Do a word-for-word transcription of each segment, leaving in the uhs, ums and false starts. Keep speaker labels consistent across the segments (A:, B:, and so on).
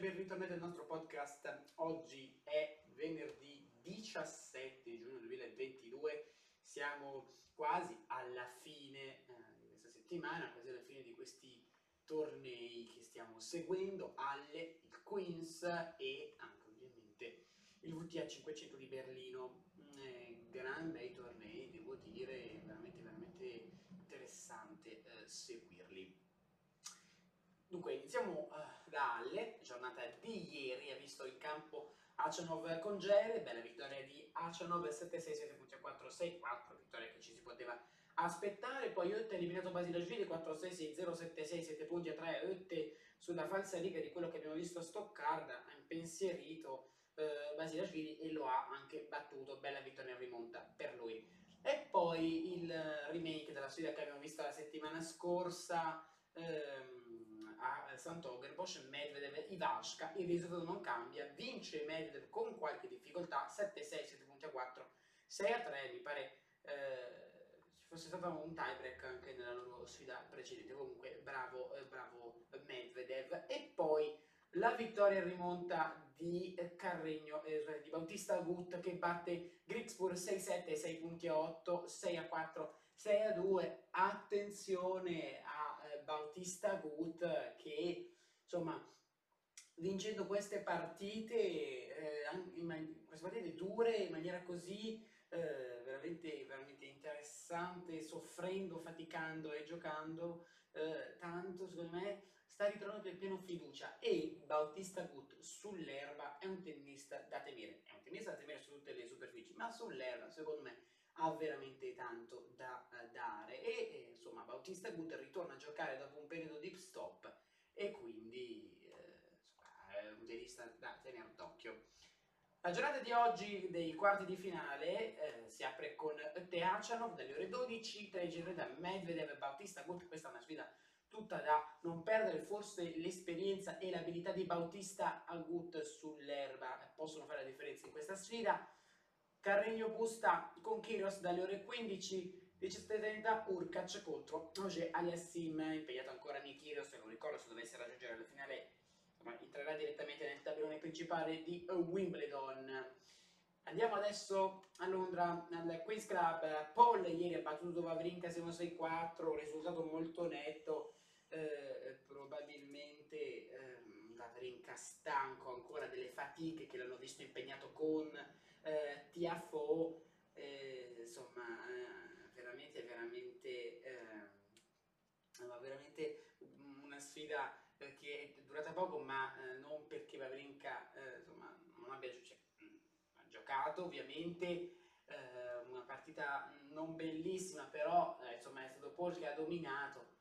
A: ben ritornati al nostro podcast. Oggi è venerdì diciassette giugno duemilaventidue, siamo quasi alla fine eh, di questa settimana, quasi alla fine di questi tornei che stiamo seguendo, Halle, il Queens e anche ovviamente il W T A cinquecento di Berlino. Eh, gran bei tornei, devo dire, veramente veramente interessante eh, seguirli. Dunque, iniziamo uh, da Halle, giornata di ieri, ha visto in campo Khachanov con Gere, bella vittoria di Khachanov sette sei, sette punti a quattro, sei quattro, vittoria che ci si poteva aspettare. Poi Oette ha eliminato Basilashvili quattro sei, sei zero, sette sei, sette punti a tre, Oette sulla falsa riga di quello che abbiamo visto a Stoccarda, ha impensierito eh, Basilashvili e lo ha anche battuto, bella vittoria in rimonta per lui. E poi il remake della sfida che abbiamo visto la settimana scorsa, ehm, a Sant'Ogerbosch, Medvedev, Ivashka, il risultato non cambia, vince Medvedev con qualche difficoltà, sette sei, sette punti a quattro, sei a tre, mi pare eh, ci fosse stato un tiebreak anche nella loro sfida precedente. Comunque bravo, eh, bravo Medvedev. E poi la vittoria in rimonta di Carregno, eh, di Bautista Agut, che batte Grigspur sei sette, sei punti a otto, sei a quattro, sei a due. Attenzione a eh, Bautista Agut che insomma vincendo queste partite, eh, in queste partite dure in maniera così eh, veramente, veramente interessante, soffrendo, faticando e giocando eh, tanto, secondo me sta ritrovando il pieno fiducia. E Bautista Agut sull'erba è un tennista da temere, è un tennista da temere su tutte le superfici, ma sull'erba secondo me ha veramente tanto da uh, dare e, e insomma Bautista Agut ritorna a giocare dopo un periodo di stop e quindi eh, insomma, è un tennista da tenere d'occhio. La giornata di oggi dei quarti di finale eh, si apre con Khachanov dalle ore dodici, tre giri da Medvedev e Bautista Agut. Questa è una sfida tutta da non perdere, forse l'esperienza e l'abilità di Bautista Agut sull'erba possono fare la differenza in questa sfida. Carregno Busta con Kyrgios dalle ore quindici, diciassette e trenta Hurkacz contro Ogier Aliassim, impegnato ancora Nick Kyrgios, se non ricordo, se dovesse raggiungere la finale entrerà direttamente nel tabellone principale di Wimbledon. Andiamo adesso a Londra al Queen's Club. Paul ieri ha battuto Wawrinka sei quattro, un risultato molto netto, eh, probabilmente eh, Wawrinka stanco ancora delle fatiche che l'hanno visto impegnato con eh, T F O, eh, insomma eh, veramente veramente eh, veramente una sfida che è durata poco, ma eh, non perché Wawrinka eh, insomma non abbia cioè, ha giocato ovviamente eh, una partita non bellissima, però eh, insomma è stato Paul che ha dominato.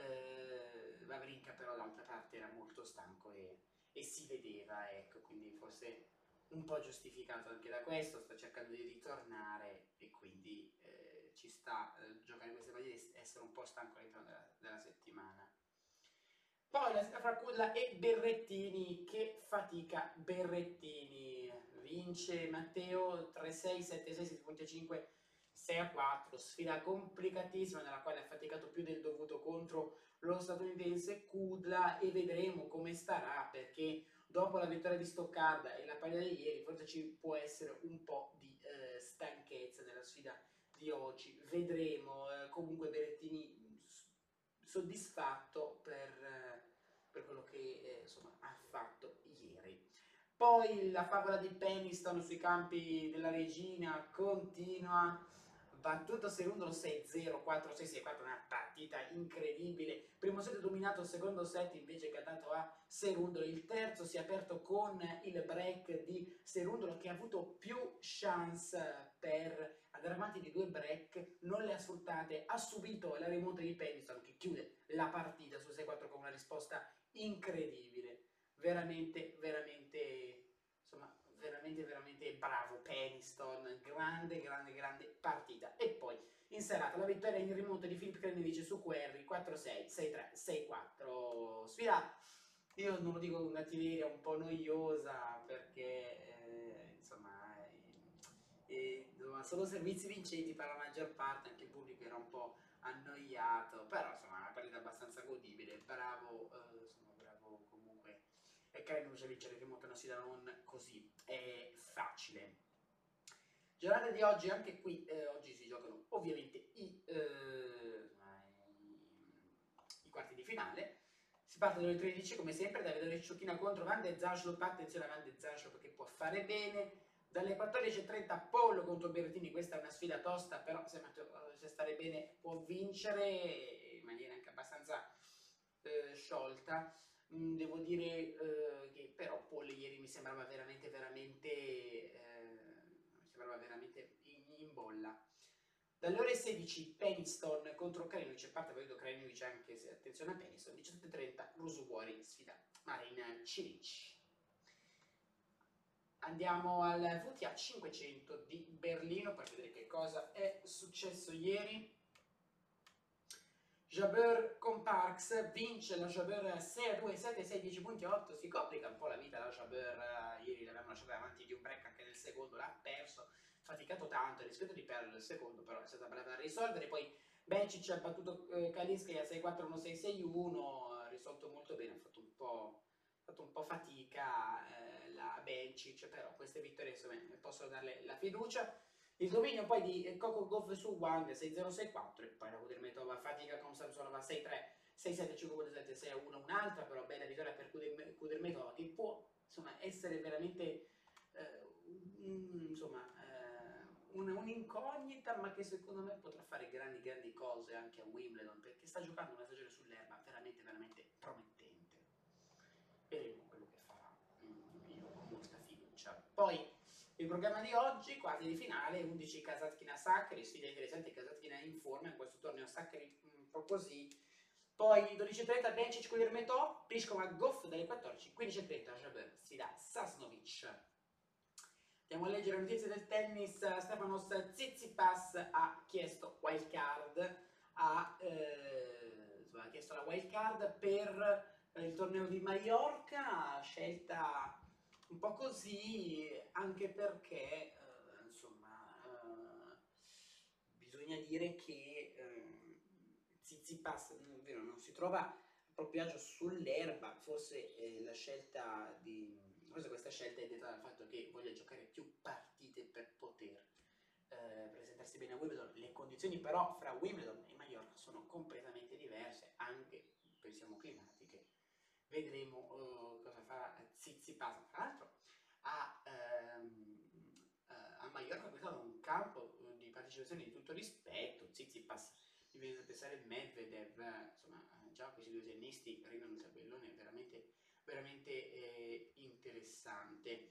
A: eh, Wawrinka però d'altra parte era molto stanco e, e si vedeva, ecco, quindi forse un po' giustificato anche da questo, sta cercando di ritornare e quindi eh, ci sta eh, giocare queste partite, essere un po' stanco all'interno della, della settimana. Poi la sfida fra Kudla e Berrettini, che fatica Berrettini, vince Matteo tre sei, sette sei, sette punti a cinque, sei a quattro, sfida complicatissima nella quale ha faticato più del dovuto contro lo statunitense Kudla e vedremo come starà, perché dopo la vittoria di Stoccarda e la partita di ieri forse ci può essere un po' di eh, stanchezza nella sfida di oggi, vedremo. Eh, comunque Berrettini soddisfatto per, eh, per quello che eh, insomma, ha fatto ieri. Poi la favola di Peniston sui campi della Regina continua, battuto Serundolo sei zero, quattro sei, sei quattro, una partita incredibile. Primo set dominato, secondo set invece che ha dato a Serundolo. Il terzo si è aperto con il break di Serundolo che ha avuto più chance per andare avanti di due break, non le ha sfruttate, ha subito la rimonta di Peniston che chiude la partita su sei quattro con una risposta incredibile. Veramente, veramente, insomma, veramente, veramente bravo Peniston, grande, grande, grande partita. E poi in serata la vittoria in rimonta di Filip Krajinovic su Querrey, quattro sei, sei tre, sei quattro. Sfida, io non lo dico con cattiveria, un po' noiosa, perché, eh, insomma, eh, insomma, solo servizi vincenti per la maggior parte, anche il pubblico era un po' annoiato, però insomma una partita abbastanza godibile, bravo, eh, insomma, bravo comunque e Krajinovic a vincere, che monta una sfida non così è facile. Giornata di oggi, anche qui, eh, oggi si giocano ovviamente i, eh, i quarti di finale. Si parte dalle tredici, come sempre, Davide Ciocchina contro Van de Zanschlup. Attenzione a Van de Zanschlup che può fare bene. Dalle quattordici e trenta Pollo contro Berrettini, questa è una sfida tosta, però se, se stare bene può vincere in maniera anche abbastanza eh, sciolta. Mm, devo dire eh, che però Pollo ieri mi sembrava veramente, veramente, eh, mi sembrava veramente in, in bolla. Dalle ore sedici Peniston contro Krajinovic, parte vedo Krajinovic anche se attenzione a Peniston. Diciassette e trenta Ruusuvuori sfida Marin Cilic. Andiamo al V T A cinquecento di Berlino per vedere che cosa è successo ieri. Jabeur con Parks vince la Jabeur sei a due, sette, sei, dieci punti a otto, si complica un po' la vita la Jabeur, ieri l'avevamo lasciata davanti di un break anche nel secondo, l'ha perso, faticato tanto, rispetto di perdere il secondo, però è stata brava a risolvere. Poi Bencic ha battuto eh, Kaliskaya sei quattro uno sei sei uno, ha risolto molto bene, ha fatto un po', fatto un po' fatica eh, la Bencic, però queste vittorie insomma possono darle la fiducia. Il dominio poi di Coco Gauff su Wang sei zero sei quattro e poi la Kudermetova fatica con Samsonova sei tre sei sette cinque sette sei uno, un'altra però bella vittoria per Kudermetova che può insomma essere veramente eh, un, insomma eh, un'incognita ma che secondo me potrà fare grandi grandi cose anche a Wimbledon perché sta giocando una stagione sull'erba veramente veramente promettente. Vedremo quello che farà, io ho molta fiducia. Poi il programma di oggi, quarti di finale, undici Kasatkina Sakkari, sfida interessante, Kasatkina in forma in questo torneo, Sakkari un po' così. Poi dodici e trenta Bencic con Ermetov, Pliskova Gauff dalle quattordici, quindici e trenta Jabeur sfida Sasnovic. Andiamo a leggere le notizie del tennis. Stefanos Tsitsipas ha chiesto wild card, ha, eh, insomma, ha chiesto la wild card per il torneo di Mallorca, scelta un po' così, anche perché eh, insomma eh, bisogna dire che eh, Tsitsipas non, vero, non si trova a proprio agio sull'erba, forse eh, la scelta di forse questa scelta è dettata dal fatto che voglia giocare più partite per poter eh, presentarsi bene a Wimbledon. Le condizioni però fra Wimbledon e Mallorca sono completamente diverse, anche pensiamo climatiche. Vedremo uh, cosa farà Tsitsipas. Tra l'altro a, ehm, a Mallorca questo è un campo di partecipazione di tutto rispetto. Tsitsipas, mi viene da pensare Medvedev, insomma già questi due tennisti rendono il tabellone veramente, veramente eh, interessante.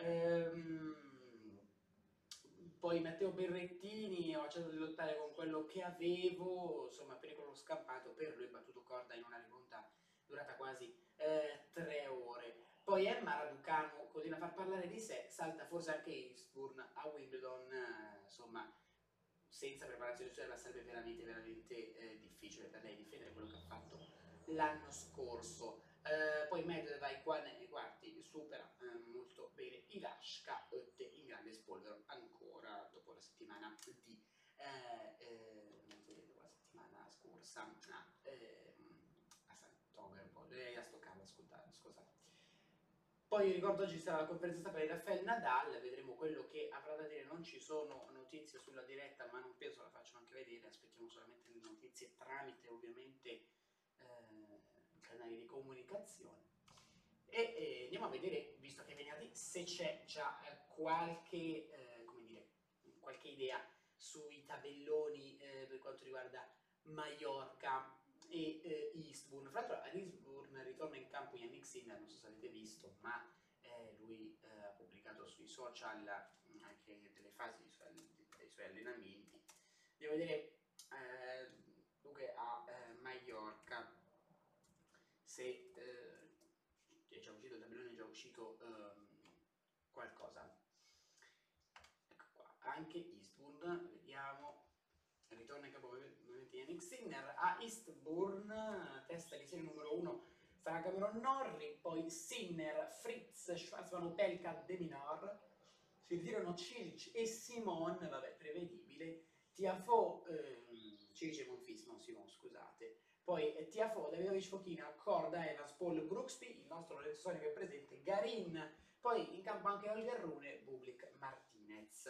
A: Ehm, poi Matteo Berrettini, ho accettato di lottare con quello che avevo, insomma pericolo scampato per lui, battuto corda in una rimonta durata quasi eh, tre ore. Poi Emma Raducanu continua a far parlare di sé, salta forse anche Eastbourne a Wimbledon, eh, insomma senza preparazione esterna sarebbe veramente veramente eh, difficile per lei difendere quello che ha fatto l'anno scorso. Eh, poi Medvedev ai quarti supera eh, molto bene Ilashka in grande spolvero ancora dopo la settimana di eh, eh, la settimana scorsa ah, eh, a Sant'Oger, eh, a Stoccarda, scusate, scusate. Poi ricordo oggi sarà la conferenza stampa di Rafael Nadal, vedremo quello che avrà da dire, non ci sono notizie sulla diretta ma non penso la facciano anche vedere, aspettiamo solamente le notizie tramite ovviamente eh, canali di comunicazione. E eh, andiamo a vedere, visto che è venerdì, se c'è già eh, qualche, eh, come dire, qualche idea sui tabelloni eh, per quanto riguarda Mallorca e eh, Eastbourne. Fra l'altro ad Eastbourne ritorna in campo Yannick Sinner, non so se avete visto, ma eh, lui eh, ha pubblicato sui social anche delle fasi dei suoi, dei suoi allenamenti. Andiamo a vedere eh, dunque a eh, Mallorca se eh, è già uscito il tabellone, è già uscito ehm, qualcosa. Ecco qua, anche Eastbourne, vediamo. Ritorna in campo ovviamente Yannick Sinner. A Eastbourne, testa di serie numero uno sarà Cameron Norrie, poi Sinner, Fritz, Schwarzman, Opelka, De Minaur. Si ritirano Cilic e Simon, vabbè, prevedibile. Tiafoe, ehm, Cilic e Monfils, non Simon, scusate. poi eh, Tiafoe, Davidovic Fokina, Korda, Evans, Paul, Brooksby, il nostro Lorenzo Sonico è presente, Garin, poi in campo anche Holger Rune, Bublik, Martinez.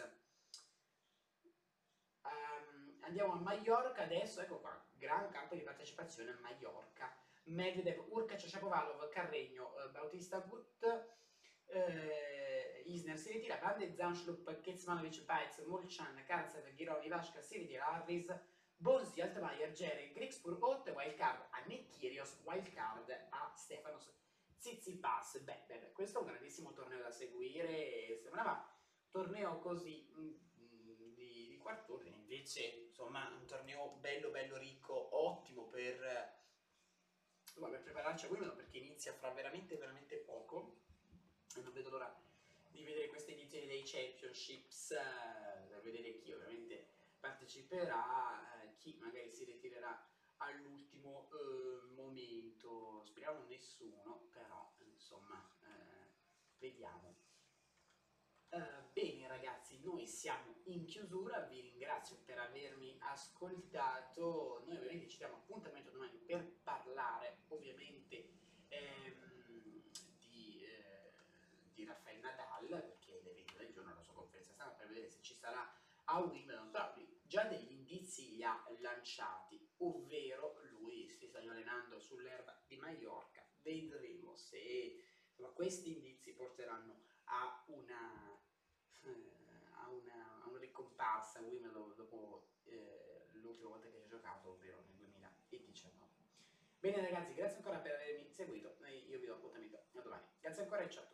A: Um, andiamo a Mallorca adesso, ecco qua, gran campo di partecipazione a Mallorca. Medvedev, Urkac, Shapovalov, Carregno, eh, Bautista Gut, eh, Isner si ritira, Van de Zanschlup, Kecmanovic, Baez, Molchan, Karatsev, Ghironi, Vashka si ritira, Harris, Bonsi, Altmaier, Gere, Grigspur, Ott, wildcard a Nekirios, wildcard a Stefanos Tsitsipas. Beh, beh, beh, questo è un grandissimo torneo da seguire, sembrava un torneo così mm, di, di quart'ora, invece insomma un torneo bello bello ricco, ottimo per, insomma, per prepararci a Wimbledon, perché inizia fra veramente veramente poco e non vedo l'ora di vedere queste edizioni dei Championships, eh, per vedere chi ovviamente parteciperà, eh, chi magari si ritirerà all'ultimo eh, momento. Speriamo nessuno, però insomma eh, vediamo. Uh, bene ragazzi, noi siamo in chiusura, vi ringrazio per avermi ascoltato, noi ovviamente ci diamo appuntamento domani per parlare ovviamente ehm, di, eh, di Rafael Nadal, perché è l'evento del giorno, la sua conferenza stampa, per vedere se ci sarà a Wimbledon, però lui già degli indizi li ha lanciati, ovvero lui si sta allenando sull'erba di Mallorca, vedremo se insomma, questi indizi porteranno a una a una, a una ricomparsa a Wimbledon dopo eh, l'ultima volta che ci ha giocato, ovvero nel duemiladiciannove. Bene ragazzi, grazie ancora per avermi seguito, io vi do appuntamento a domani. Grazie ancora e ciao a tutti.